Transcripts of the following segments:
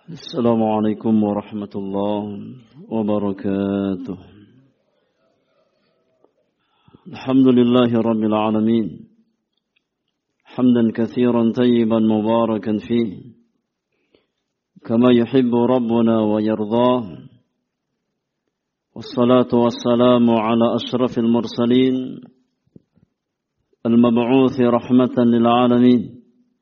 السلام عليكم ورحمة الله وبركاته. الحمد لله رب العالمين حمدا كثيرا طيبا مباركا فيه كما يحب ربنا ويرضاه، والصلاة والسلام على أشرف المرسلين المبعوث رحمة للعالمين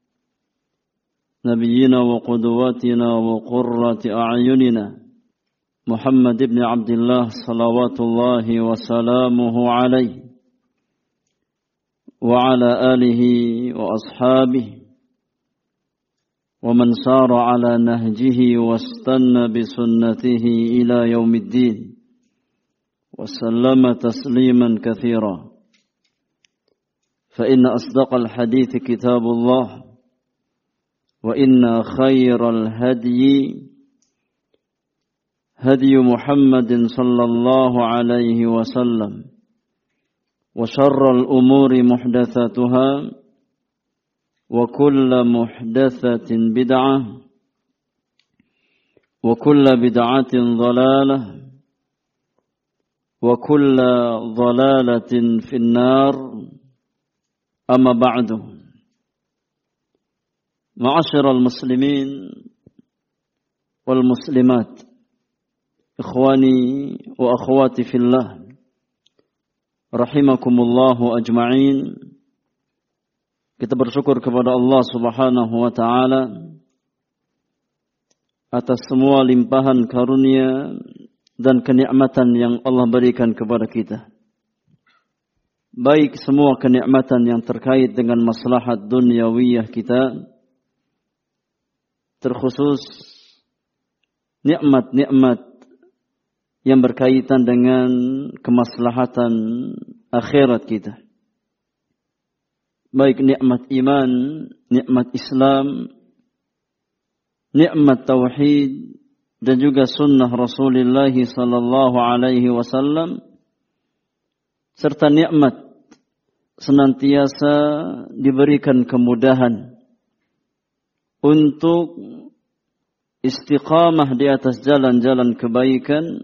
نبينا وقدواتنا وقرة أعيننا محمد بن عبد الله صلوات الله وسلامه عليه وعلى آله وأصحابه ومن سار على نهجه واستنى بسنته إلى يوم الدين وسلم تسليما كثيرا. فإن أصدق الحديث كتاب الله، وإن خير الهدي هدي محمد صلى الله عليه وسلم، وشر الأمور محدثاتها، وكل محدثة بدعة، وكل بدعة ضلالة، وكل ضلالة في النار. أما بعد، Ma'asyiral muslimin wal muslimat, ikhwani wa akhwati fillah, rahimakumullahu ajma'in. Kita bersyukur kepada Allah Subhanahu wa taala atas semua limpahan karunia dan kenikmatan yang Allah berikan kepada kita. Baik semua kenikmatan yang terkait dengan maslahat dunyawiyah kita, terkhusus nikmat-nikmat yang berkaitan dengan kemaslahatan akhirat kita. Baik nikmat iman, nikmat Islam, nikmat tauhid, dan juga sunnah Rasulullah sallallahu alaihi wasallam, serta nikmat senantiasa diberikan kemudahan untuk istiqamah di atas jalan-jalan kebaikan,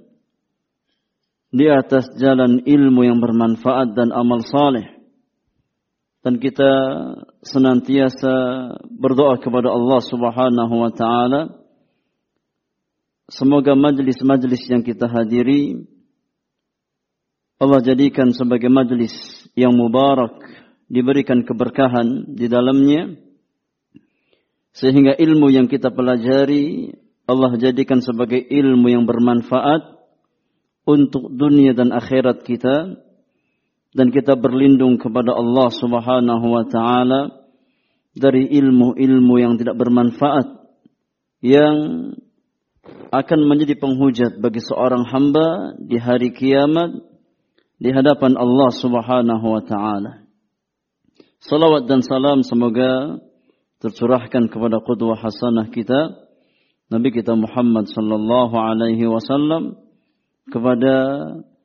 di atas jalan ilmu yang bermanfaat dan amal saleh. Dan kita senantiasa berdoa kepada Allah Subhanahu wa taala, semoga majlis-majlis yang kita hadiri Allah jadikan sebagai majlis yang mubarak, diberikan keberkahan di dalamnya, sehingga ilmu yang kita pelajari Allah jadikan sebagai ilmu yang bermanfaat untuk dunia dan akhirat kita, dan kita berlindung kepada Allah Subhanahu wa taala dari ilmu-ilmu yang tidak bermanfaat yang akan menjadi penghujat bagi seorang hamba di hari kiamat di hadapan Allah Subhanahu wa taala. Salawat dan salam semoga tercurahkan kepada qudwah hasanah kita, Nabi kita Muhammad sallallahu alaihi wasallam, kepada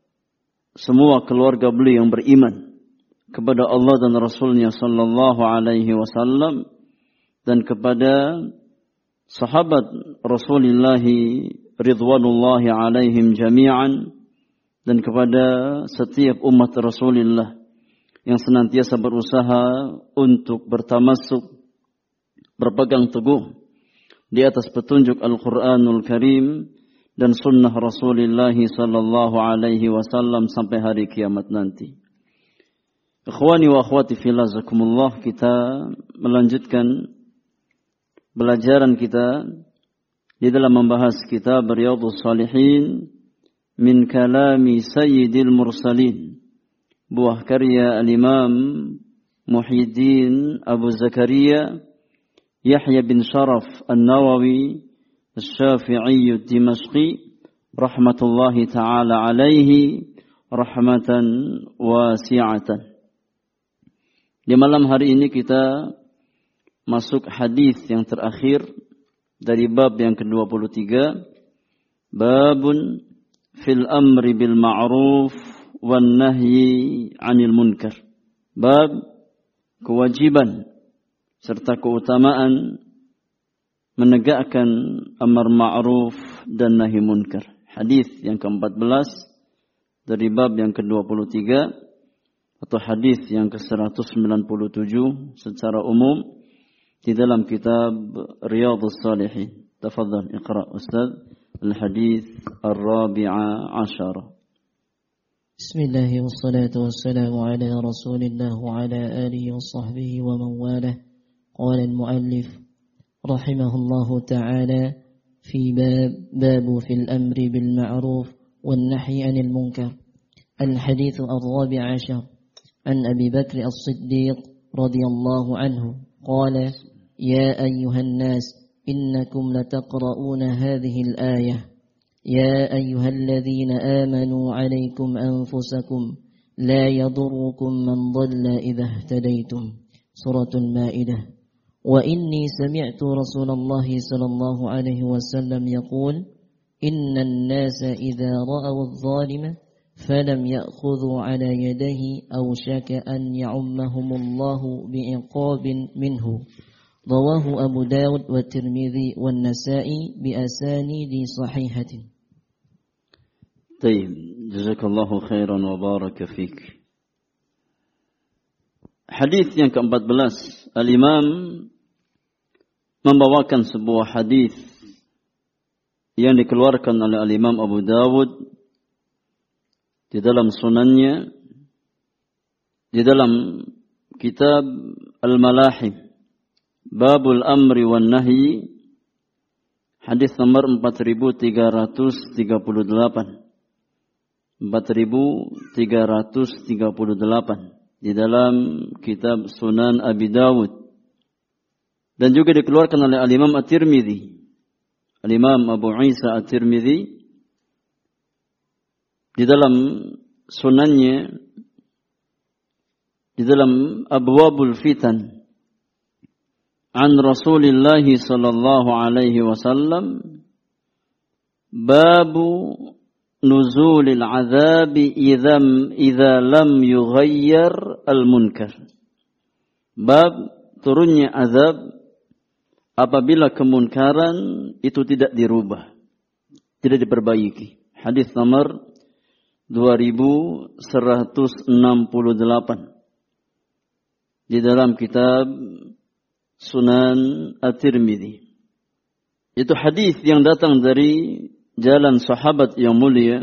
semua keluarga beliau yang beriman kepada Allah dan Rasulnya sallallahu alaihi wasallam, dan kepada sahabat Rasulullah ridwanullahi alaihim jami'an, dan kepada setiap umat Rasulullah yang senantiasa berusaha untuk bertamasuk, berpegang teguh di atas petunjuk Al-Quranul Karim dan sunnah Rasulullah sallallahu alaihi wasallam sampai hari kiamat nanti. Ikhwani wa akhwati fillah, jazakumullah. Kita melanjutkan belajaran kita di dalam membahas kitab Riyadhus Shalihin min kalami Sayyidil Mursalin, buah karya Al-Imam Muhyiddin Abu Zakaria Yahya bin Sharaf An-Nawawi Asy-Syafi'i Ad-Dimashqi rahmatullahi ta'ala alaihi rahmatan wasi'atan. Di malam hari ini kita masuk hadis yang terakhir dari bab yang ke-23, babun fil amri bil ma'ruf wan nahyi 'anil munkar. Bab kewajiban serta keutamaan menegakkan amar ma'ruf dan nahi munkar. Hadis yang ke-14 dari bab yang ke-23 atau hadis yang ke-197 secara umum di dalam kitab Riyadhus Shalihin. Tafadhal iqra Ustaz al-hadis ar-rabi'a 'ashara. Bismillah wassalatu wassalamu ala Rasulillah wa ala alihi wa sahbihi wa man walah. Qala al-muallif rahimahullahu ta'ala في باب في الأمر بالمعروف والنهي عن المنكر. الحديث الرابع عشر عن أبي بكر الصديق رضي الله عنه قال: يا أيها الناس إنكم لتقرؤون هذه الآية: يا أيها الذين آمنوا عليكم أنفسكم لا يضركم من ضل إذا اهتديتم. سورة المائدة. وإني سمعت رسول الله صلى الله عليه وسلم يقول: إن الناس إذا رأوا الظالم فلم يأخذوا على يديه أوشك أن يعمهم الله بعقاب منه. رواه أبو داود والترمذي والنسائي بأسانيد صحيحة. طيب جزاك الله خيرا وبارك فيك. Hadis yang ke-14, Al-Imam membawakan sebuah hadis yang dikeluarkan oleh Al-Imam Abu Dawud di dalam sunannya, di dalam kitab Al-Malahim, Babul Amri wan Nahyi, hadis nomor 4338. 4338 di dalam kitab Sunan Abi Dawud, dan juga dikeluarkan oleh Al-Imam At-Tirmidzi, Al-Imam Abu Isa At-Tirmidzi di dalam sunannya, di dalam Abwabul Fitan, an Rasulillah sallallahu alaihi wasallam, babu nuzulil azabi idza lam yughayyar al-munkar. Bab turunnya azab apabila kemunkaran itu tidak dirubah, tidak diperbaiki. Hadis nomor 2168 di dalam kitab Sunan At-Tirmidzi. Itu hadis yang datang dari jalan sahabat yang mulia,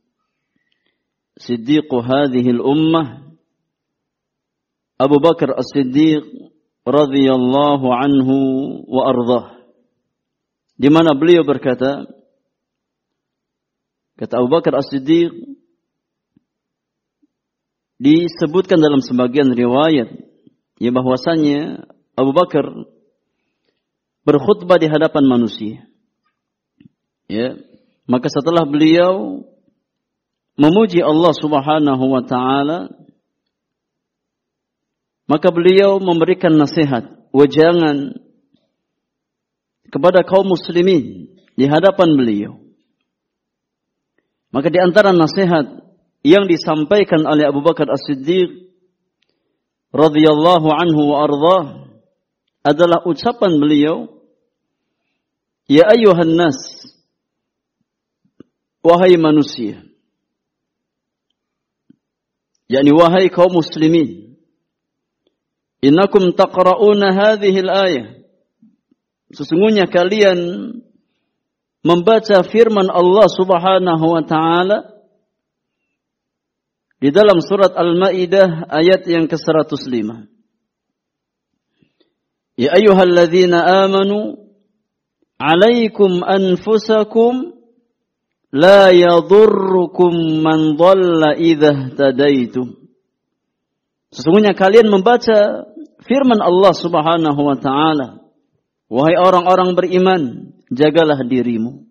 Siddiqu hadhil ummah, Abu Bakar As-Siddiq radhiyallahu anhu wa ardhah, di mana beliau berkata, kata Abu Bakar As-Siddiq, disebutkan dalam sebagian riwayat ya bahwasanya Abu Bakar berkhutbah di hadapan manusia. Ya, maka setelah beliau memuji Allah Subhanahu wa taala, maka beliau memberikan nasihat, wejangan kepada kaum muslimin di hadapan beliau. Maka di antara nasihat yang disampaikan oleh Abu Bakar As-Siddiq radhiyallahu anhu wa ardhah adalah ucapan beliau, ya ayyuhan nas, wahai manusia, yakni wahai kaum muslimin, innakum taqra'una hadhihi al-ayah, sesungguhnya kalian membaca firman Allah Subhanahu wa taala di dalam surat Al-Maidah ayat yang ke-105. Ya ayyuhalladzina amanu 'alaikum anfusakum la yadurrukum man dhalla idza tadaitum. Sesungguhnya kalian membaca firman Allah Subhanahu wa taala, wahai orang-orang beriman, jagalah dirimu.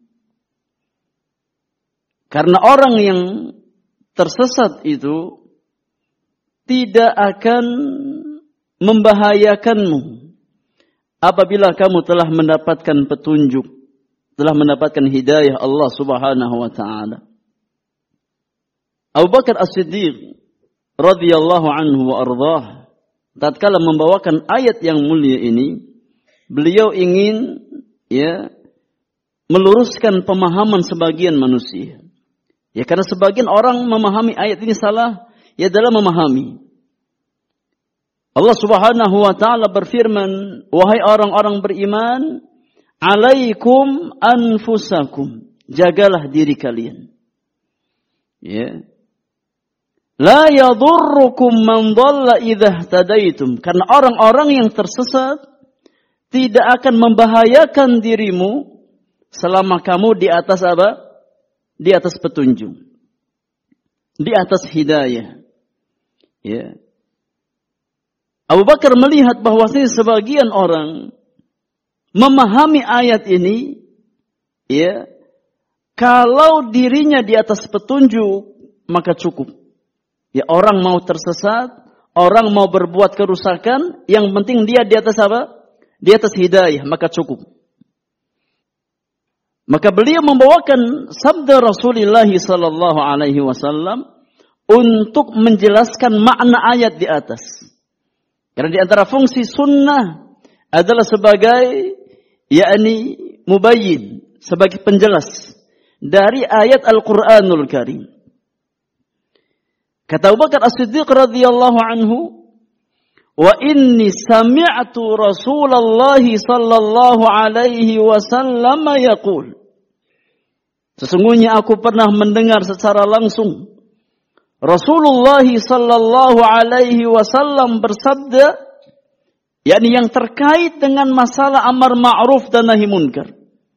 Karena orang yang tersesat itu tidak akan membahayakanmu apabila kamu telah mendapatkan petunjuk, telah mendapatkan hidayah Allah Subhanahu wa taala. Abu Bakar As-Siddiq radhiyallahu anhu wa ardhah, tatkala membawakan ayat yang mulia ini, beliau ingin ya meluruskan pemahaman sebagian manusia. Ya karena sebagian orang memahami ayat ini salah, ya dalam memahami. Allah Subhanahu wa taala berfirman, wahai orang-orang beriman, alaikum anfusakum, jagalah diri kalian. Ya. La yadurrukum man dhalla idza ihtadaitum, karena orang-orang yang tersesat tidak akan membahayakan dirimu selama kamu di atas apa? Di atas petunjuk. Di atas hidayah. Ya. Abu Bakar melihat bahwasanya sebagian orang memahami ayat ini, ya, kalau dirinya di atas petunjuk, maka cukup. Ya, orang mau tersesat, orang mau berbuat kerusakan, yang penting dia di atas apa? Di atas hidayah, maka cukup. Maka beliau membawakan sabda Rasulullah sallallahu alaihi wasallam untuk menjelaskan makna ayat di atas. Karena di antara fungsi sunnah adalah sebagai mubayyin, sebagai penjelas dari ayat Al-Qur'anul Karim. Kata Abu Bakar As-Siddiq radhiyallahu anhu, wa inni sami'tu Rasulullah sallallahu alaihi wasallam yaqul. Sesungguhnya aku pernah mendengar secara langsung Rasulullah sallallahu alaihi wasallam bersabda, yakni yang terkait dengan masalah amar ma'ruf dan nahi munkar.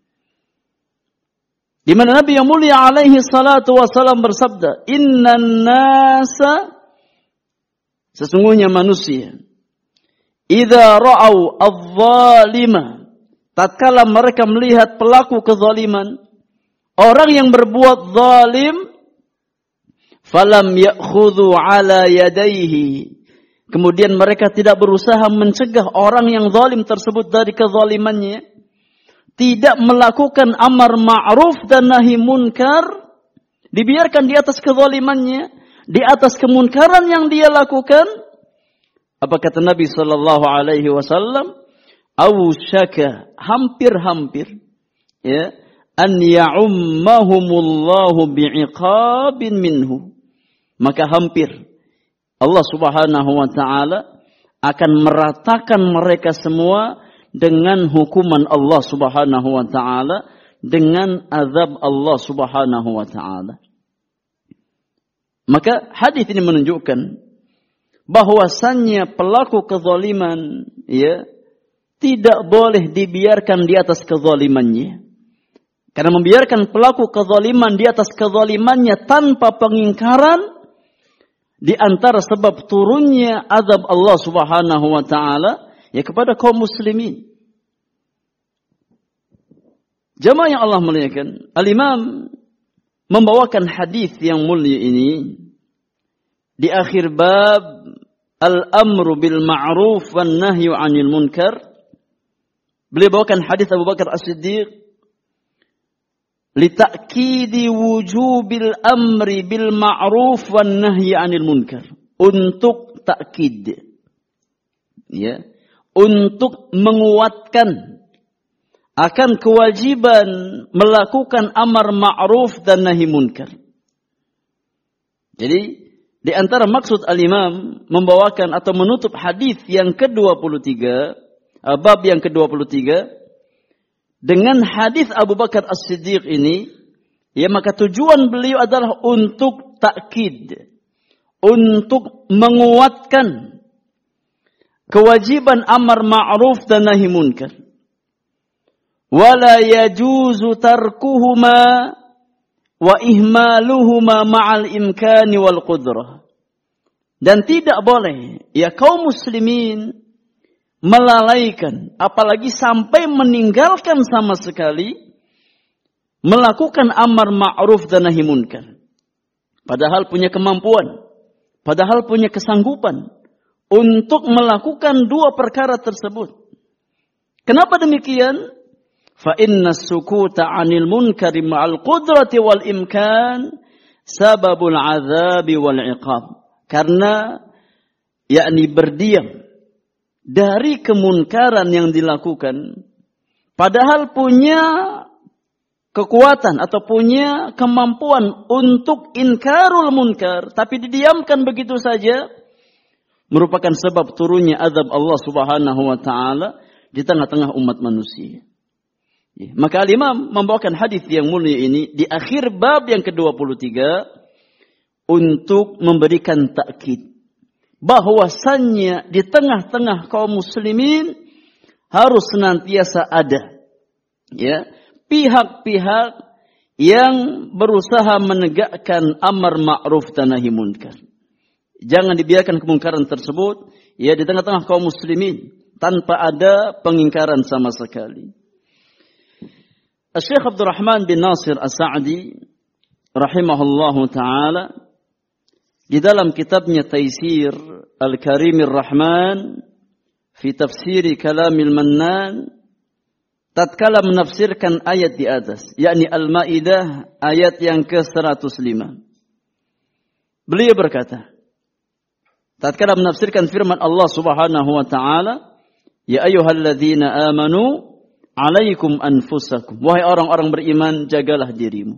Di mana Nabi yang mulia alaihi salatu wasallam bersabda, innan nasa, sesungguhnya manusia, idza ra'au adh-dhalima, tatkala mereka melihat pelaku kezaliman, orang yang berbuat zalim, falam ya'khudhu ala yadayhi, kemudian mereka tidak berusaha mencegah orang yang zalim tersebut dari kezalimannya, tidak melakukan amar ma'ruf dan nahi munkar, dibiarkan di atas kezalimannya, di atas kemunkaran yang dia lakukan. Apa kata Nabi sallallahu alaihi wasallam? Awsyaka, hampir-hampir, ya, an ya'ummahumullahu bi'iqabin minhu. Maka hampir Allah Subhanahu wa taala akan meratakan mereka semua dengan hukuman Allah Subhanahu wa taala, dengan azab Allah Subhanahu wa taala. Maka hadis ini menunjukkan bahwasannya pelaku kezaliman, ya, tidak boleh dibiarkan di atas kezalimannya. Karena membiarkan pelaku kezaliman di atas kezalimannya tanpa pengingkaran, di antara sebab turunnya azab Allah Subhanahu wa taala ya kepada kaum muslimin. Jamaah yang Allah muliakan, Al-Imam membawakan hadis yang mulia ini di akhir bab al-amru bil ma'ruf wan nahyu 'anil munkar. Beliau bawakan hadis Abu Bakar As-Siddiq lita'kidi wujubil amri bil ma'ruf wan nahyi 'anil munkar, untuk takkid, ya, untuk menguatkan akan kewajiban melakukan amar ma'ruf dan nahi munkar. Jadi di antara maksud al-Imam membawakan atau menutup hadis yang ke-23, bab yang ke-23 dengan hadis Abu Bakar As-Siddiq ini, ya, maka tujuan beliau adalah untuk takkid, untuk menguatkan kewajiban amar ma'ruf dan nahi munkar. Wala yajuzu tarkuhuma wa ihmaluhuma ma'al imkani wal qudrah. Dan tidak boleh, ya, kaum muslimin melalaikan, apalagi sampai meninggalkan sama sekali melakukan amar ma'ruf dan nahi munkar. Padahal punya kemampuan, padahal punya kesanggupan untuk melakukan dua perkara tersebut. Kenapa demikian? Fa inna sukuta 'anil munkari ma'al qudrati wal imkan sababul 'adzabi wal 'iqab. Karena yakni berdiam dari kemunkaran yang dilakukan, padahal punya kekuatan atau punya kemampuan untuk inkarul munkar, tapi didiamkan begitu saja, merupakan sebab turunnya azab Allah Subhanahu wa taala di tengah-tengah umat manusia. Ya, maka Al-Imam membawakan hadis yang mulia ini di akhir bab yang ke-23 untuk memberikan takkid bahwasannya di tengah-tengah kaum muslimin harus senantiasa ada ya pihak-pihak yang berusaha menegakkan amar ma'ruf dan nahi munkar. Jangan dibiarkan kemungkaran tersebut ya di tengah-tengah kaum muslimin tanpa ada pengingkaran sama sekali. Syekh Abdul Rahman bin Nasir As-Sa'di rahimahullahu taala di dalam kitabnya Taisir Al-Karimir Rahman fi tafsiri Kalamil Mannan tatkala menafsirkan ayat di atas, yakni Al-Maidah ayat yang ke-105. Beliau berkata, tatkala menafsirkan firman Allah Subhanahu wa taala, ya ayyuhalladzina amanu alaikum anfusakum, wahai orang-orang beriman, jagalah dirimu.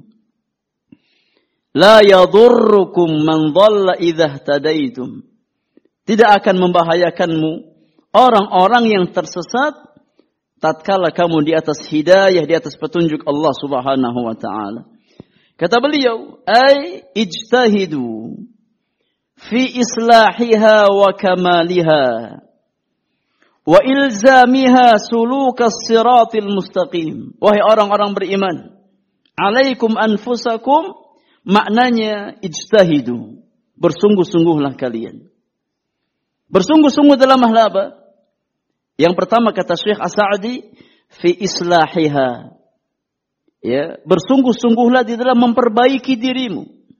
La yadurrukum man dhalla idza ihtadaitum. Tidak akan membahayakanmu orang-orang yang tersesat tatkala kamu di atas hidayah, di atas petunjuk Allah Subhanahu wa taala. Kata beliau, ay ijtahidu fi islahiha wa kamaliha wa ilzamiha sulukas siratil mustaqim. Wahai orang-orang beriman, alaikum anfusakum, maknanya ijtahidu, bersungguh-sungguhlah kalian. Bersungguh-sungguh dalam hal apa? Yang pertama kata Syekh As-Sa'di, fi islahiha. Ya, bersungguh-sungguhlah di dalam memperbaiki dirimu.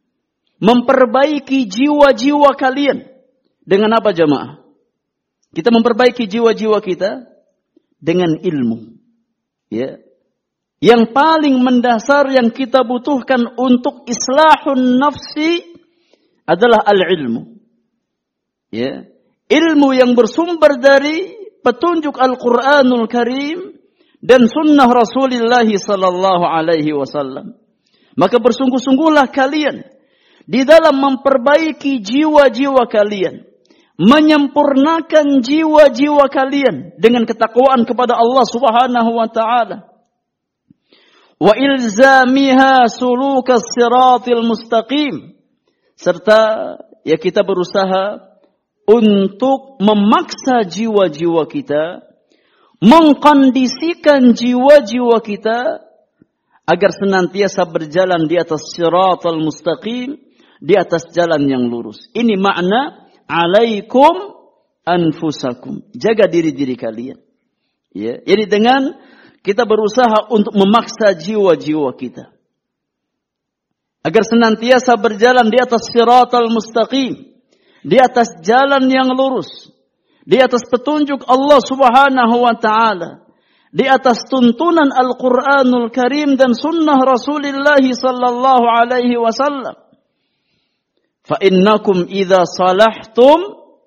Memperbaiki jiwa-jiwa kalian. Dengan apa jamaah? Kita memperbaiki jiwa-jiwa kita dengan ilmu. Ya. Yang paling mendasar yang kita butuhkan untuk islahun nafsi adalah al-ilmu. Ya. Ilmu yang bersumber dari petunjuk Al-Quranul Karim dan sunnah Rasulullah sallallahu alaihi wasallam. Maka bersungguh-sungguhlah kalian di dalam memperbaiki jiwa-jiwa kalian, menyempurnakan jiwa-jiwa kalian dengan ketakwaan kepada Allah Subhanahu wa taala. Wa ilzamiha sulukas siratil mustaqim, serta ya kita berusaha untuk memaksa jiwa-jiwa kita, mengkondisikan jiwa-jiwa kita agar senantiasa berjalan di atas siratal mustaqim, di atas jalan yang lurus. Ini makna alaikum anfusakum, jaga diri-diri kalian. Ya, jadi dengan kita berusaha untuk memaksa jiwa-jiwa kita agar senantiasa berjalan di atas siratal mustaqim, di atas jalan yang lurus, di atas petunjuk Allah Subhanahu wa taala, di atas tuntunan Al-Qur'anul Karim dan sunnah Rasulullah sallallahu alaihi wasallam. Fa innakum idza salahtum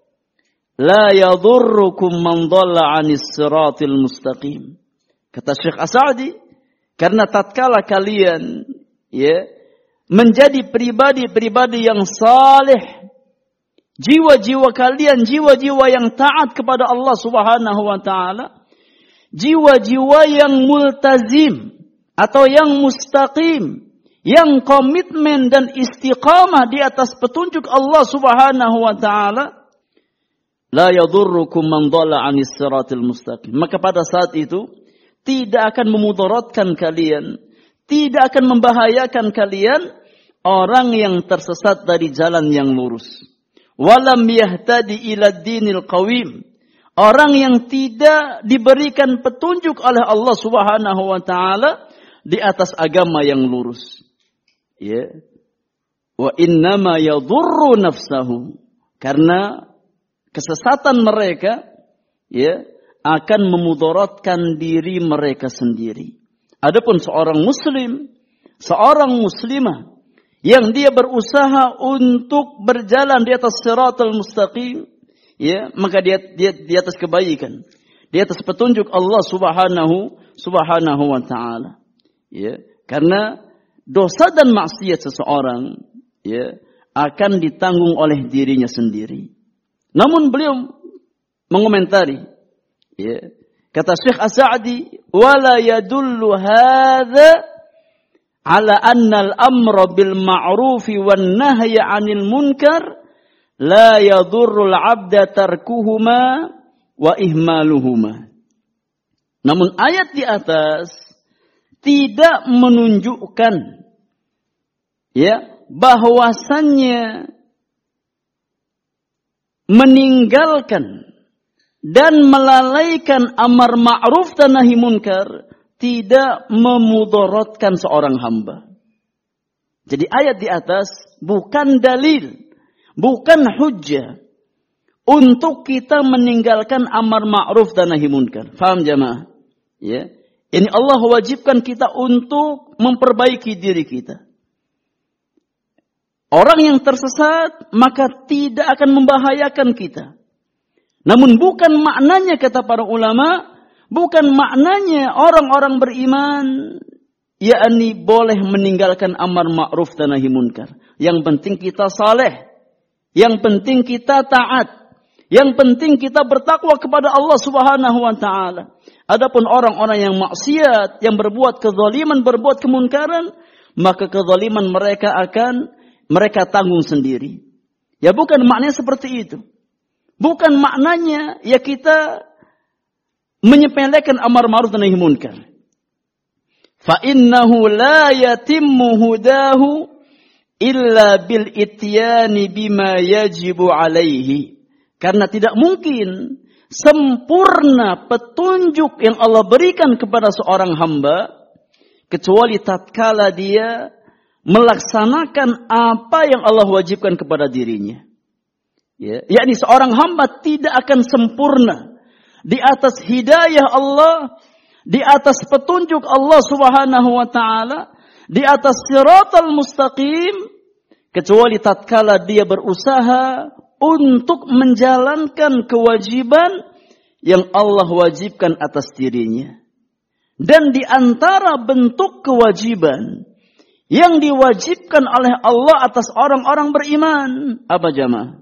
la yadurrukum man dhalla 'anis siratil mustaqim. Kata Syekh As-Sa'di, karena tatkala kalian ya menjadi pribadi-pribadi yang saleh, jiwa-jiwa kalian, jiwa-jiwa yang taat kepada Allah Subhanahu wa taala, jiwa-jiwa yang multazim atau yang mustaqim, yang komitmen dan istiqamah di atas petunjuk Allah Subhanahu wa taala, la yadurrukum man dhalla 'anis siratil mustaqim. Maka pada saat itu tidak akan memudaratkan kalian, tidak akan membahayakan kalian orang yang tersesat dari jalan yang lurus. Walam yahtadi ila dinil qawim, orang yang tidak diberikan petunjuk oleh Allah Subhanahu wa taala di atas agama yang lurus. Ya. Wa innama yadurru nafsahu, karena kesesatan mereka ya akan memudaratkan diri mereka sendiri. Adapun seorang muslim, seorang muslimah yang dia berusaha untuk berjalan di atas siratal mustaqim, ya, maka dia di atas kebaikan, di atas petunjuk Allah Subhanahu Subhanahu wa taala. Ya, karena dosa dan maksiat seseorang ya akan ditanggung oleh dirinya sendiri. Namun beliau mengomentari ya, kata Syekh As-Sa'di, wala yadullu hadza ala anna al-amra bil ma'rufi wan nahya 'anil munkar la yadurru al-'abda tarkuhuma wa ihmaluhuma. Namun ayat di atas tidak menunjukkan ya bahwasannya meninggalkan dan melalaikan amar ma'ruf dan nahi munkar tidak memudaratkan seorang hamba. Jadi ayat di atas bukan dalil, bukan hujjah untuk kita meninggalkan amar ma'ruf dan nahi munkar. Faham jamaah? Ya. Ini Allah wajibkan kita untuk memperbaiki diri kita. Orang yang tersesat maka tidak akan membahayakan kita. Namun bukan maknanya kata para ulama, bukan maknanya orang-orang beriman yakni boleh meninggalkan amar ma'ruf dan nahi munkar. Yang penting kita saleh, yang penting kita taat, yang penting kita bertakwa kepada Allah Subhanahu wa taala. Adapun orang-orang yang maksiat, yang berbuat kezaliman, berbuat kemunkaran, maka kezaliman mereka akan mereka tanggung sendiri. Ya bukan maknanya seperti itu. Bukan maknanya ya kita menyepelekan amar ma'ruf dan nahi munkar. Fa innahu la yatimmu hudahu illa bil ityani bima yajibu alaihi. Karena tidak mungkin sempurna petunjuk yang Allah berikan kepada seorang hamba kecuali tatkala dia melaksanakan apa yang Allah wajibkan kepada dirinya. Ya, yakni seorang hamba tidak akan sempurna di atas hidayah Allah, di atas petunjuk Allah Subhanahu wa taala, di atas siratal mustaqim kecuali tatkala dia berusaha untuk menjalankan kewajiban yang Allah wajibkan atas dirinya. Dan di antara bentuk kewajiban yang diwajibkan oleh Allah atas orang-orang beriman, apa jamaah?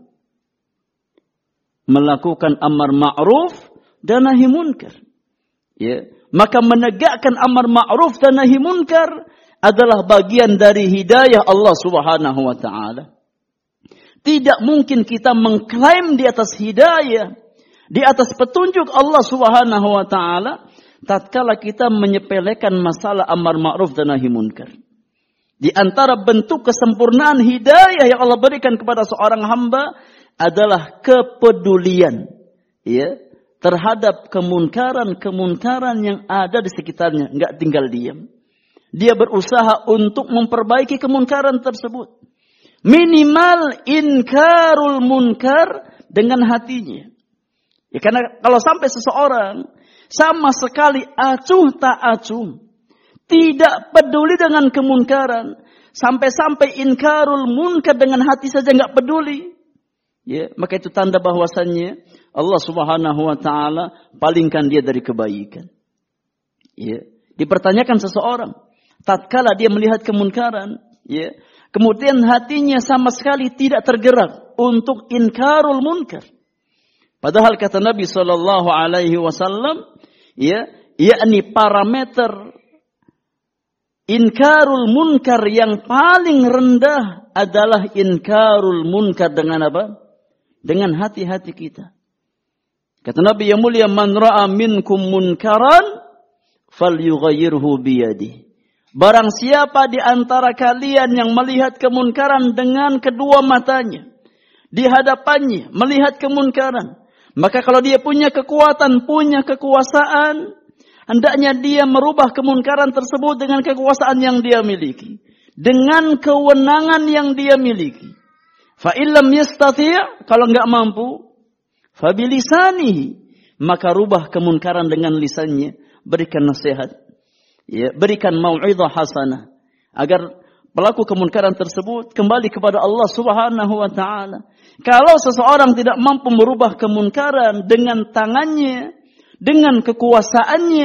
Melakukan amar ma'ruf dan nahi munkar. Ya, maka menegakkan amar ma'ruf dan nahi munkar adalah bagian dari hidayah Allah Subhanahu wa taala. Tidak mungkin kita mengklaim di atas hidayah, di atas petunjuk Allah Subhanahu wa taala tatkala kita menyepelekan masalah amar ma'ruf dan nahi munkar. Di antara bentuk kesempurnaan hidayah yang Allah berikan kepada seorang hamba adalah kepedulian ya terhadap kemunkaran yang ada di sekitarnya, enggak tinggal diam. Dia berusaha untuk memperbaiki kemunkaran tersebut. Minimal inkarul munkar dengan hatinya. Ya, karena kalau sampai seseorang sama sekali acuh tak acuh, tidak peduli dengan kemunkaran, sampai-sampai inkarul munkar dengan hati saja enggak peduli, ya, maka itu tanda bahwasannya Allah Subhanahu wa taala palingkan dia dari kebaikan. Ya, dipertanyakan seseorang tatkala dia melihat kemunkaran, ya, kemudian hatinya sama sekali tidak tergerak untuk inkarul munkar. Padahal kata Nabi sallallahu alaihi wasallam, ya, yakni parameter inkarul munkar yang paling rendah adalah inkarul munkar dengan apa? Dengan hati-hati kita. Kata Nabi yang mulia, man ra'a minkum munkaran falyughayyirhu biyadihi. Barang siapa di antara kalian yang melihat kemunkaran dengan kedua matanya, di hadapannya melihat kemunkaran, maka kalau dia punya kekuatan, punya kekuasaan, hendaknya dia merubah kemunkaran tersebut dengan kekuasaan yang dia miliki, dengan kewenangan yang dia miliki. Fa illam yastati', kalau enggak mampu, fa bilisanihi, maka rubah kemunkaran dengan lisannya, berikan nasihat, ya, berikan mau'izah hasanah agar pelaku kemunkaran tersebut kembali kepada Allah Subhanahu wa taala. Kalau seseorang tidak mampu merubah kemunkaran dengan tangannya, dengan kekuasaannya,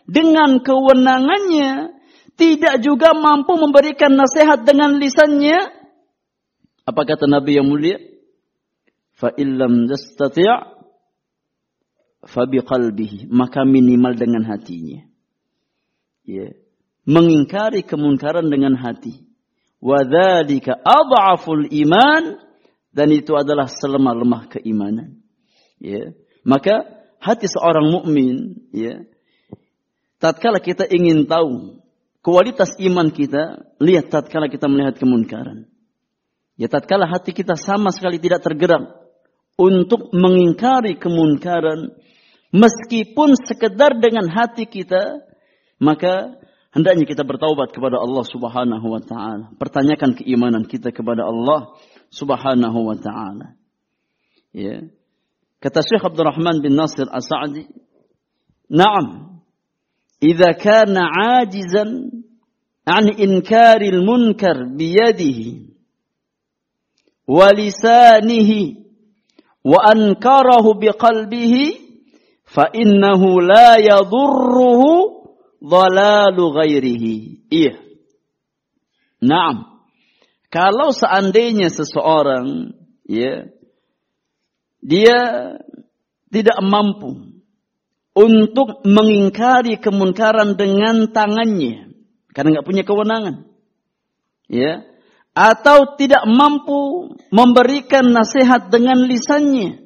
dengan kewenangannya, tidak juga mampu memberikan nasihat dengan lisannya, apa kata Nabi yang mulia? Fa illam yastati' fa biqalbihi, maka minimal dengan hatinya. Ya, mengingkari kemunkaran dengan hati. Wa dzalika adhaful iman, dan itu adalah selemah-lemah keimanan. Ya, maka hati seorang mukmin, ya, tatkala kita ingin tahu kualitas iman kita, lihat tatkala kita melihat kemunkaran. Ya, tatkala hati kita sama sekali tidak tergerak untuk mengingkari kemunkaran, meskipun sekedar dengan hati kita, maka hendaknya kita bertaubat kepada Allah Subhanahu wa taala. Pertanyakan keimanan kita kepada Allah Subhanahu wa taala. Ya. Kata Syekh Abdurrahman bin Nasir As-Sa'di, "Na'am, idza kana 'ajizan 'an inkaril munkar biyadihi wa lisanihi wa ankarahu biqalbihi fa innahu la yadurruhu dhalalu ghairihi." Iya. Naam. Kalau seandainya seseorang, ya, dia tidak mampu untuk mengingkari kemunkaran dengan tangannya karena nggak punya kewenangan, ya, atau tidak mampu memberikan nasihat dengan lisannya,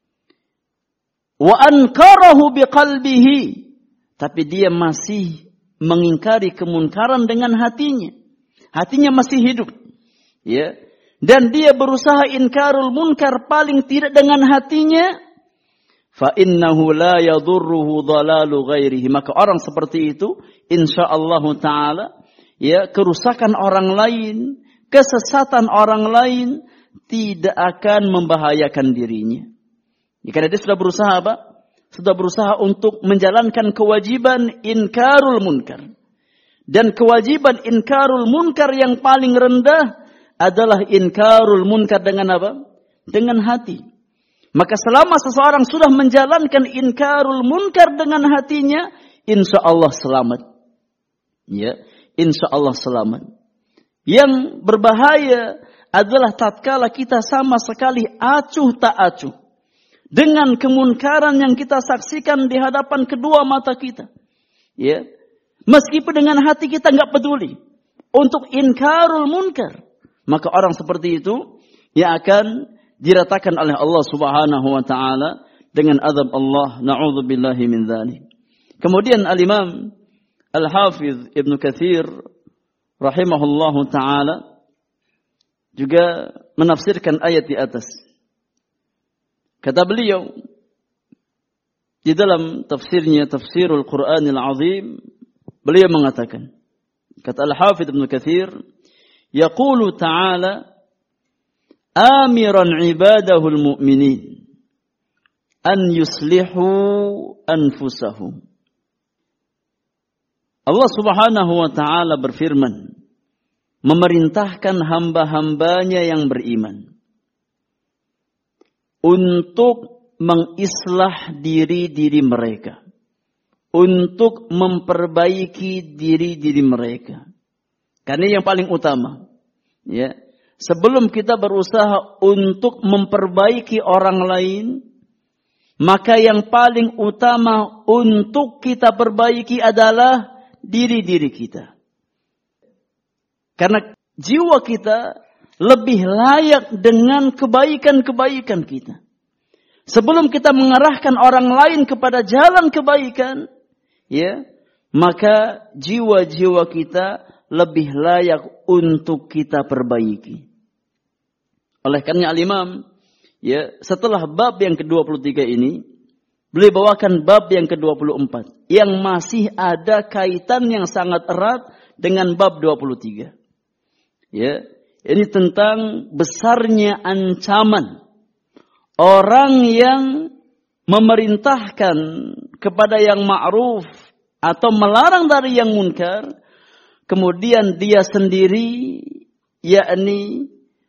wa ankarahu biqalbihi, tapi dia masih mengingkari kemunkaran dengan hatinya. Hatinya masih hidup, ya. Dan dia berusaha inkarul munkar paling tidak dengan hatinya, fa innahu la yadurruhu dhalalu ghairihi, maka orang seperti itu insyaallah taala, ya, kerusakan orang lain, kesesatan orang lain tidak akan membahayakan dirinya. Karena dia sudah berusaha apa? Sudah berusaha untuk menjalankan kewajiban inkarul munkar. Dan kewajiban inkarul munkar yang paling rendah adalah inkarul munkar dengan apa? Dengan hati. Maka selama seseorang sudah menjalankan inkarul munkar dengan hatinya, insya Allah selamat. Ya, insya Allah selamat. Yang berbahaya adalah tatkala kita sama sekali acuh tak acuh dengan kemunkaran yang kita saksikan di hadapan kedua mata kita. Ya, meskipun dengan hati kita nggak peduli untuk inkarul munkar, maka orang seperti itu yang akan diratakan oleh Allah Subhanahu wa taala dengan azab Allah. Na'udzubillahi min dzalik. Kemudian Al-Imam Al-Hafiz Ibnu Katsir rahimahullahu taala juga menafsirkan ayat di atas. Kata beliau di dalam tafsirnya Tafsirul Qur'anil Azim, beliau mengatakan, kata Al-Hafiz Ibnu Katsir, yaqulu ta'ala amiran ibadahul mu'minin an yuslihu anfusahum. Allah Subhanahu wa taala berfirman, memerintahkan hamba-hambanya yang beriman untuk mengislah diri-diri mereka, untuk memperbaiki diri-diri mereka. Karena yang paling utama, ya, sebelum kita berusaha untuk memperbaiki orang lain, maka yang paling utama untuk kita perbaiki adalah diri-diri kita. Karena jiwa kita lebih layak dengan kebaikan-kebaikan kita. Sebelum kita mengarahkan orang lain kepada jalan kebaikan, ya, maka jiwa-jiwa kita lebih layak untuk kita perbaiki. Oleh karena Al-Imam, ya, setelah bab yang ke-23 ini, beliau bawakan bab yang ke-24 yang masih ada kaitan yang sangat erat dengan bab 23. Ya, ini tentang besarnya ancaman orang yang memerintahkan kepada yang ma'ruf atau melarang dari yang munkar, kemudian dia sendiri, yakni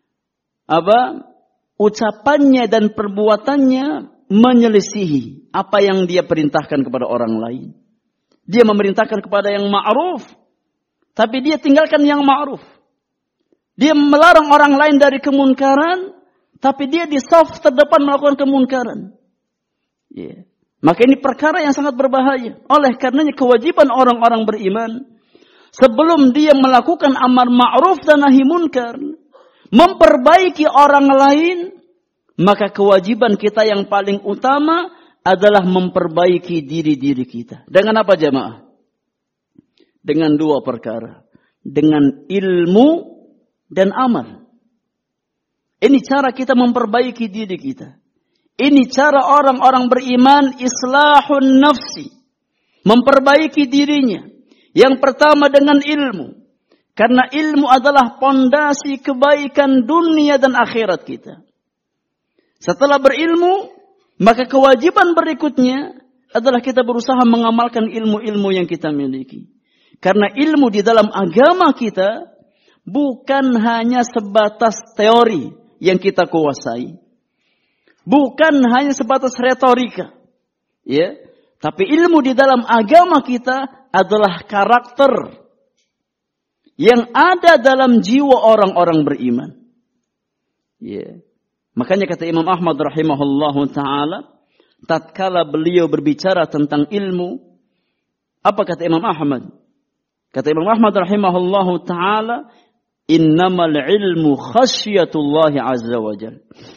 ucapannya dan perbuatannya menyelisihi apa yang dia perintahkan kepada orang lain. Dia memerintahkan kepada yang ma'ruf, tapi dia tinggalkan yang ma'ruf. Dia melarang orang lain dari kemunkaran, tapi dia di saf terdepan melakukan kemunkaran. Yeah. Maka ini perkara yang sangat berbahaya. Oleh karenanya kewajiban orang-orang beriman, sebelum dia melakukan amar ma'ruf dan nahi munkar, memperbaiki orang lain, maka kewajiban kita yang paling utama adalah memperbaiki diri-diri kita. Dengan apa jamaah? Dengan dua perkara. Dengan ilmu dan amal. Ini cara kita memperbaiki diri kita. Ini cara orang-orang beriman islahun nafsi. Memperbaiki dirinya. Yang pertama dengan ilmu. Karena ilmu adalah pondasi kebaikan dunia dan akhirat kita. Setelah berilmu, maka kewajiban berikutnya adalah kita berusaha mengamalkan ilmu-ilmu yang kita miliki. Karena ilmu di dalam agama kita bukan hanya sebatas teori yang kita kuasai. Bukan hanya sebatas retorika. Ya, tapi ilmu di dalam agama kita adalah karakter yang ada dalam jiwa orang-orang beriman. Ya. Makanya kata Imam Ahmad rahimahullahu ta'ala, tatkala beliau berbicara tentang ilmu, apa kata Imam Ahmad? Kata Imam Ahmad rahimahullahu ta'ala, innamal ilmu khasyatullahi azza wa jal.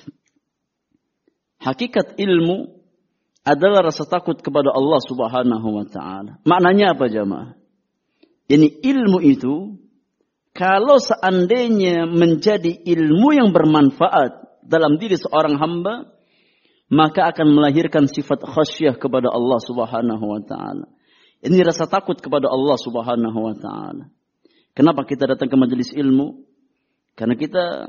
Hakikat ilmu adalah rasa takut kepada Allah subhanahu wa ta'ala. Maknanya apa jamaah? Ini ilmu itu, kalau seandainya menjadi ilmu yang bermanfaat dalam diri seorang hamba, maka akan melahirkan sifat khasyah kepada Allah subhanahu wa ta'ala. Ini rasa takut kepada Allah subhanahu wa ta'ala. Kenapa kita datang ke majelis ilmu? Karena kita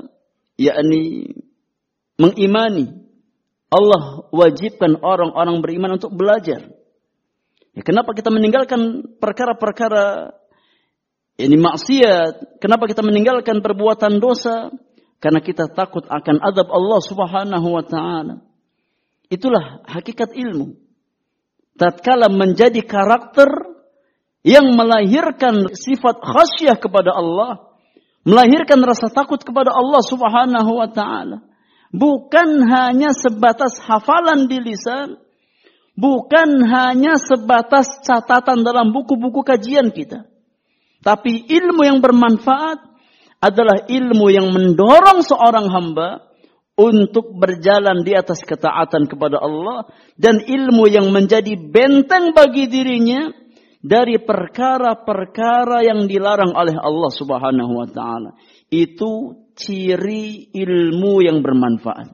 mengimani Allah wajibkan orang-orang beriman untuk belajar. Ya, kenapa kita meninggalkan perkara-perkara ini maksiat? Kenapa kita meninggalkan perbuatan dosa? Karena kita takut akan azab Allah subhanahu wa ta'ala. Itulah hakikat ilmu. Tatkala menjadi karakter yang melahirkan sifat khasyah kepada Allah, melahirkan rasa takut kepada Allah subhanahu wa ta'ala. Bukan hanya sebatas hafalan di lisan, bukan hanya sebatas catatan dalam buku-buku kajian kita. Tapi ilmu yang bermanfaat adalah ilmu yang mendorong seorang hamba untuk berjalan di atas ketaatan kepada Allah. Dan ilmu yang menjadi benteng bagi dirinya dari perkara-perkara yang dilarang oleh Allah subhanahu wa ta'ala. Itu ciri ilmu yang bermanfaat.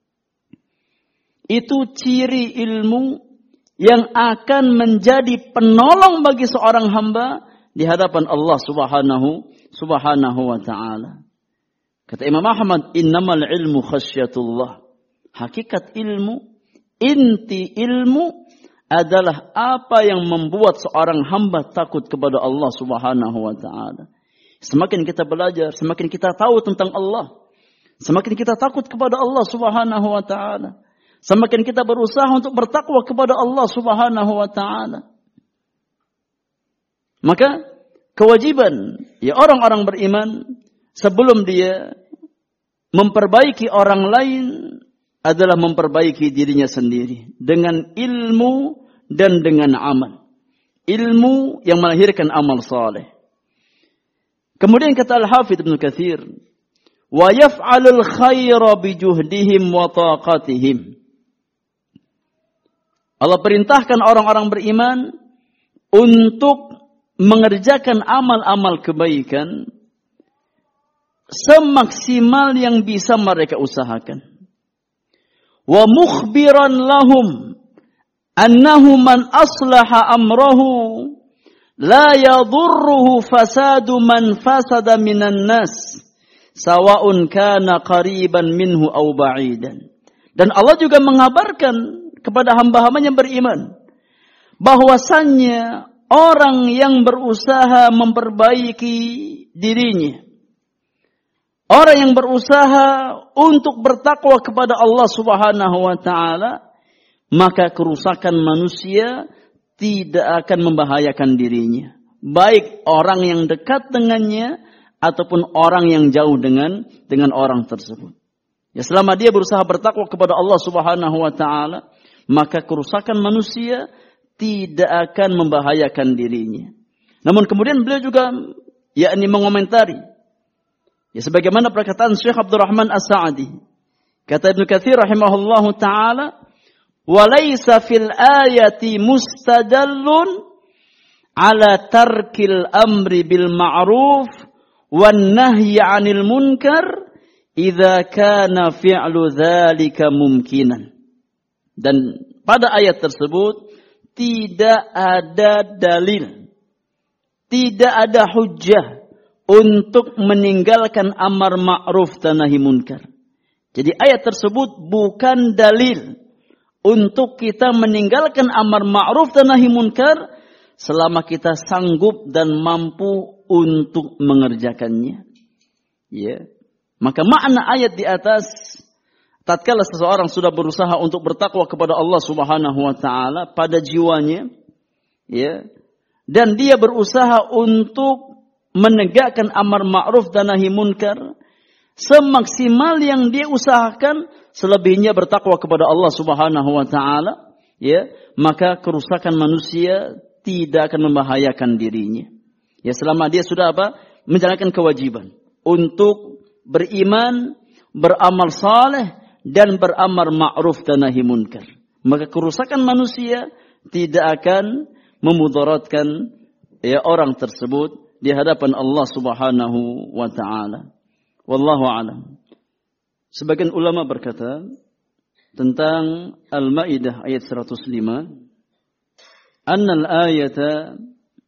Itu ciri ilmu yang akan menjadi penolong bagi seorang hamba di hadapan Allah subhanahu wa ta'ala. Kata Imam Ahmad, innamal ilmu khasyatullah. Hakikat ilmu, inti ilmu adalah apa yang membuat seorang hamba takut kepada Allah subhanahu wa ta'ala. Semakin kita belajar, semakin kita tahu tentang Allah. Semakin kita takut kepada Allah subhanahu wa ta'ala. Semakin kita berusaha untuk bertakwa kepada Allah subhanahu wa ta'ala. Maka kewajiban orang-orang beriman sebelum dia memperbaiki orang lain adalah memperbaiki dirinya sendiri dengan ilmu dan dengan amal. Ilmu yang melahirkan amal saleh. Kemudian kata Al-Hafidz Ibnu Katsir, wa yaf'alul khaira bijuhdihim wa taqatihim. Allah perintahkan orang-orang beriman untuk mengerjakan amal-amal kebaikan semaksimal yang bisa mereka usahakan. Wa mukhbiran lahum annahu man aslaha amrahu la yadurruhu fasadu man fasada minan nas sawa'un kana qariban minhu aw ba'idan. Dan Allah juga mengabarkan kepada hamba-hambanya beriman bahwasannya orang yang berusaha memperbaiki dirinya, orang yang berusaha untuk bertakwa kepada Allah subhanahu wa ta'ala, maka kerusakan manusia tidak akan membahayakan dirinya. Baik orang yang dekat dengannya ataupun orang yang jauh dengan orang tersebut. Ya, selama dia berusaha bertakwa kepada Allah Subhanahu wa taala, maka kerusakan manusia tidak akan membahayakan dirinya. Namun kemudian beliau juga mengomentari, ya, sebagaimana perkataan Syekh Abdurrahman As-Sa'di. Kata Ibnu Katsir rahimahullahu taala, "Walaysa fil ayati mustadallun ala tarkil amri bil ma'ruf wan nahyi 'anil munkar idza kana fi'lu dzalika mumkinan." Dan pada ayat tersebut tidak ada dalil, tidak ada hujjah untuk meninggalkan amar ma'ruf dan nahi munkar. Jadi ayat tersebut bukan dalil untuk kita meninggalkan amar ma'ruf dan nahi munkar selama kita sanggup dan mampu untuk mengerjakannya. Ya. Maka makna ayat di atas, tatkala seseorang sudah berusaha untuk bertakwa kepada Allah Subhanahu wa taala pada jiwanya, ya, dan dia berusaha untuk menegakkan amar ma'ruf dan nahi munkar, semaksimal yang dia usahakan, selebihnya bertakwa kepada Allah Subhanahu wa taala, ya, maka kerusakan manusia tidak akan membahayakan dirinya. Ya, selama dia sudah menjalankan kewajiban untuk beriman, beramal saleh dan beramar ma'ruf dan nahi munkar, maka kerusakan manusia tidak akan memudaratkan orang tersebut di hadapan Allah Subhanahu wa taala. Wallahu a'lam. Sebagian ulama berkata tentang Al-Maidah ayat 105, "Anna al-ayata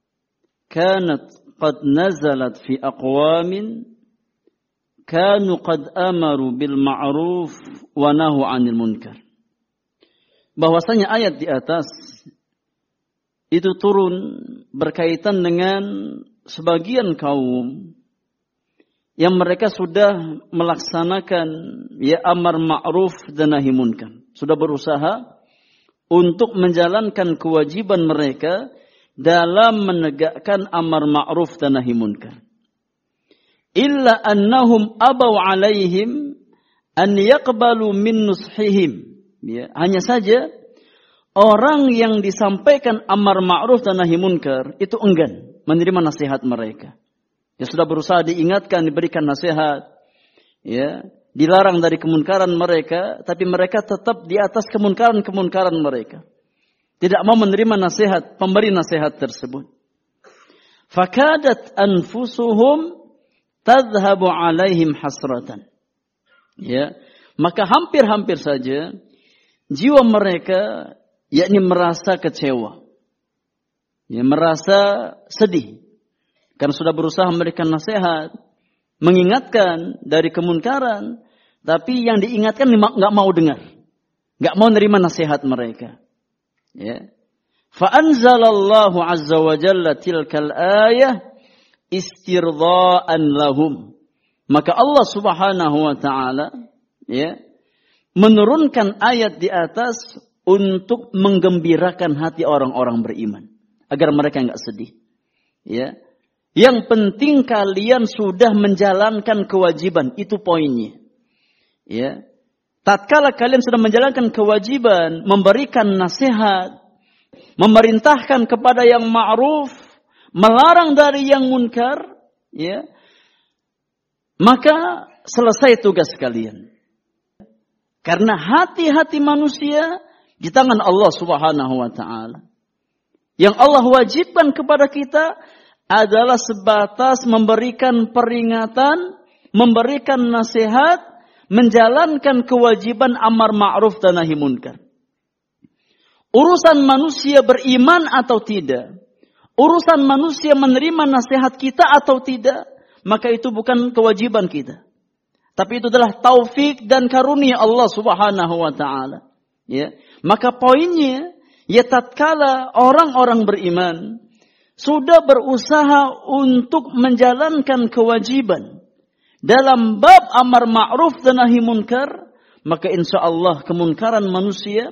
kanat qad nazalat fi aqwamin kanu qad amaru bil ma'ruf wa nahu 'anil munkar." Bahwasanya ayat di atas itu turun berkaitan dengan sebagian kaum yang mereka sudah melaksanakan amar ma'ruf dan nahi munkar, sudah berusaha untuk menjalankan kewajiban mereka dalam menegakkan amar ma'ruf dan nahi munkar. Illa annahum abaw alaihim an yaqbalu min nushihim. Ya, hanya saja orang yang disampaikan amar ma'ruf dan nahi munkar itu enggan menerima nasihat mereka. Ya, sudah berusaha diingatkan, diberikan nasihat, ya, dilarang dari kemunkaran mereka, tapi mereka tetap di atas kemunkaran mereka. Tidak mau menerima nasihat, pemberi nasihat tersebut. Fakadat anfusuhum tadhhabu alaihim hasratan. Ya, maka hampir-hampir saja jiwa mereka merasa kecewa. Ya, merasa sedih. Karena sudah berusaha memberikan nasihat, mengingatkan dari kemunkaran, tapi yang diingatkan nggak mau dengar, nggak mau nerima nasihat mereka. Ya. Fa'anzalallahu azza wa jalla tilkal ayah istirdha'an lahum. Maka Allah Subhanahu wa taala, ya, menurunkan ayat di atas untuk menggembirakan hati orang-orang beriman agar mereka enggak sedih. Ya. Yang penting kalian sudah menjalankan kewajiban, itu poinnya. Ya. Tatkala kalian sudah menjalankan kewajiban, memberikan nasihat, memerintahkan kepada yang ma'ruf, melarang dari yang munkar, ya, maka selesai tugas kalian. Karena hati-hati manusia di tangan Allah Subhanahu wa taala. Yang Allah wajibkan kepada kita adalah sebatas memberikan peringatan, memberikan nasihat, menjalankan kewajiban amar ma'ruf dan nahi munkar. Urusan manusia beriman atau tidak, urusan manusia menerima nasihat kita atau tidak, maka itu bukan kewajiban kita. Tapi itu adalah taufik dan karunia Allah Subhanahu wa taala. Ya. Maka poinnya, ya, tatkala orang-orang beriman sudah berusaha untuk menjalankan kewajiban dalam bab amar ma'ruf dan nahi munkar, maka insya Allah kemunkaran manusia,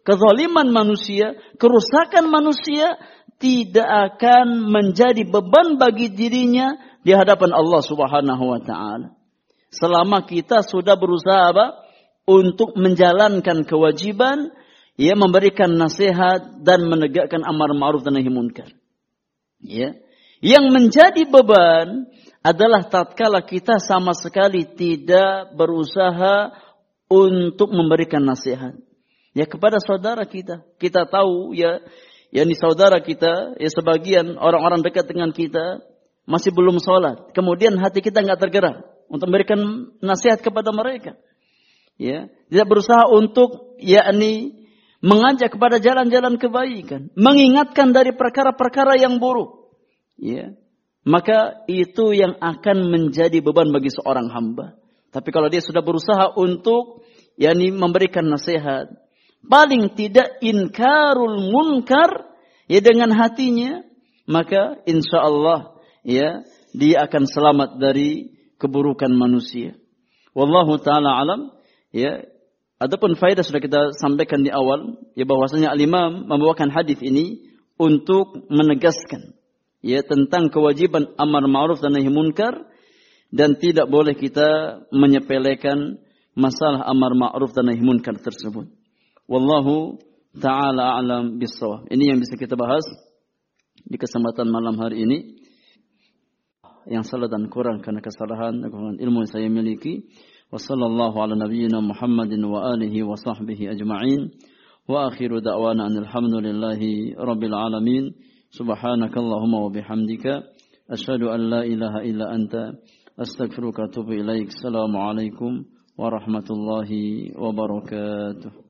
kezaliman manusia, kerusakan manusia tidak akan menjadi beban bagi dirinya di hadapan Allah Subhanahu wa taala. Selama kita sudah berusaha untuk menjalankan kewajiban, ya, memberikan nasihat dan menegakkan amar ma'ruf dan nahi munkar. Ya. Yang menjadi beban adalah tatkala kita sama sekali tidak berusaha untuk memberikan nasihat. Ya, kepada saudara kita. Kita tahu ya, yakni saudara kita, ya, sebagian orang-orang dekat dengan kita masih belum sholat. Kemudian hati kita nggak tergerak untuk memberikan nasihat kepada mereka. Ya, tidak berusaha untuk yakni mengajak kepada jalan-jalan kebaikan, mengingatkan dari perkara-perkara yang buruk. Ya, maka itu yang akan menjadi beban bagi seorang hamba. Tapi kalau dia sudah berusaha untuk yakni memberikan nasihat, paling tidak inkarul munkar, ya, dengan hatinya, maka insya Allah, ya, dia akan selamat dari keburukan manusia. Wallahu ta'ala alam. Ya, adapun faedah sudah kita sampaikan di awal, ya, bahwasanya al-Imam membawakan hadis ini untuk menegaskan, ya, tentang kewajiban amar ma'ruf dan nahi munkar, dan tidak boleh kita menyepelekan masalah amar ma'ruf dan nahi munkar tersebut. Wallahu ta'ala a'lam bis-shawab. Ini yang bisa kita bahas di kesempatan malam hari ini. Yang salah dan kurang karena kesalahan ilmu yang saya miliki. Wa sallallahu ala nabiyyina Muhammadin wa alihi wa sahbihi ajma'in. Wa akhiru da'wana alhamdulillahi rabbil alamin. Subhanakallahumma wa bihamdika asyhadu an la ilaha illa anta astaghfiruka wa atubu ilaik. Assalamualaikum warahmatullahi wabarakatuh.